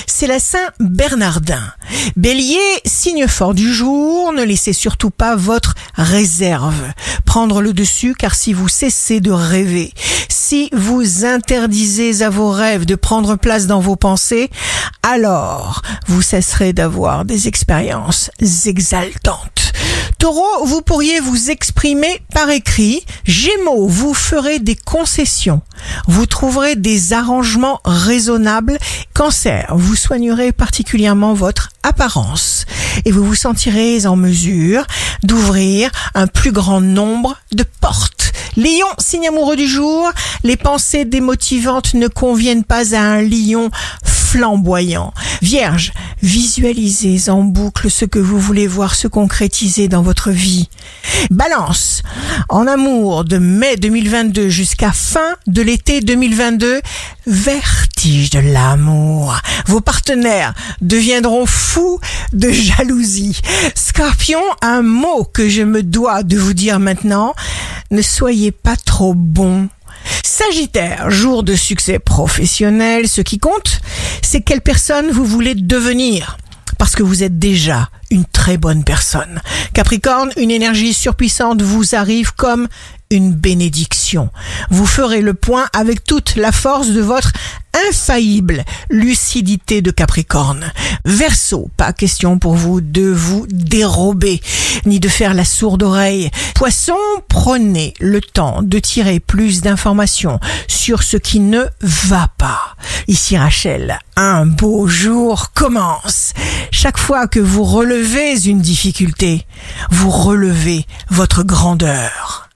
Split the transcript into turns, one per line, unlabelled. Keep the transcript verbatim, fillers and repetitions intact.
c'est la Saint-Bernardin. Bélier, signe fort du jour, ne laissez surtout pas votre réserve prendre le dessus, car si vous cessez de rêver, si vous interdisez à vos rêves de prendre place dans vos pensées, alors vous cesserez d'avoir des expériences exaltantes. Taureau, vous pourriez vous exprimer par écrit. Gémeaux, vous ferez des concessions. Vous trouverez des arrangements raisonnables. Cancer, vous soignerez particulièrement votre apparence et vous vous sentirez en mesure d'ouvrir un plus grand nombre de portes. Lion, signe amoureux du jour, les pensées démotivantes ne conviennent pas à un lion flamboyant. Vierge, visualisez en boucle ce que vous voulez voir se concrétiser dans votre vie. Balance, en amour de mai deux mille vingt-deux jusqu'à fin de l'été deux mille vingt-deux, vertige de l'amour. Vos partenaires deviendront fous de jalousie. Scorpion, un mot que je me dois de vous dire maintenant, ne soyez pas trop bon. Sagittaire, jour de succès professionnel, ce qui compte, c'est quelle personne vous voulez devenir, parce que vous êtes déjà une très bonne personne. Capricorne, une énergie surpuissante vous arrive comme une bénédiction. Vous ferez le point avec toute la force de votre infaillible lucidité de Capricorne. Verseau, pas question pour vous de vous dérober, ni de faire la sourde oreille. Poisson, prenez le temps de tirer plus d'informations sur ce qui ne va pas. Ici Rachel, un beau jour commence. Chaque fois que vous relevez une difficulté, vous relevez votre grandeur.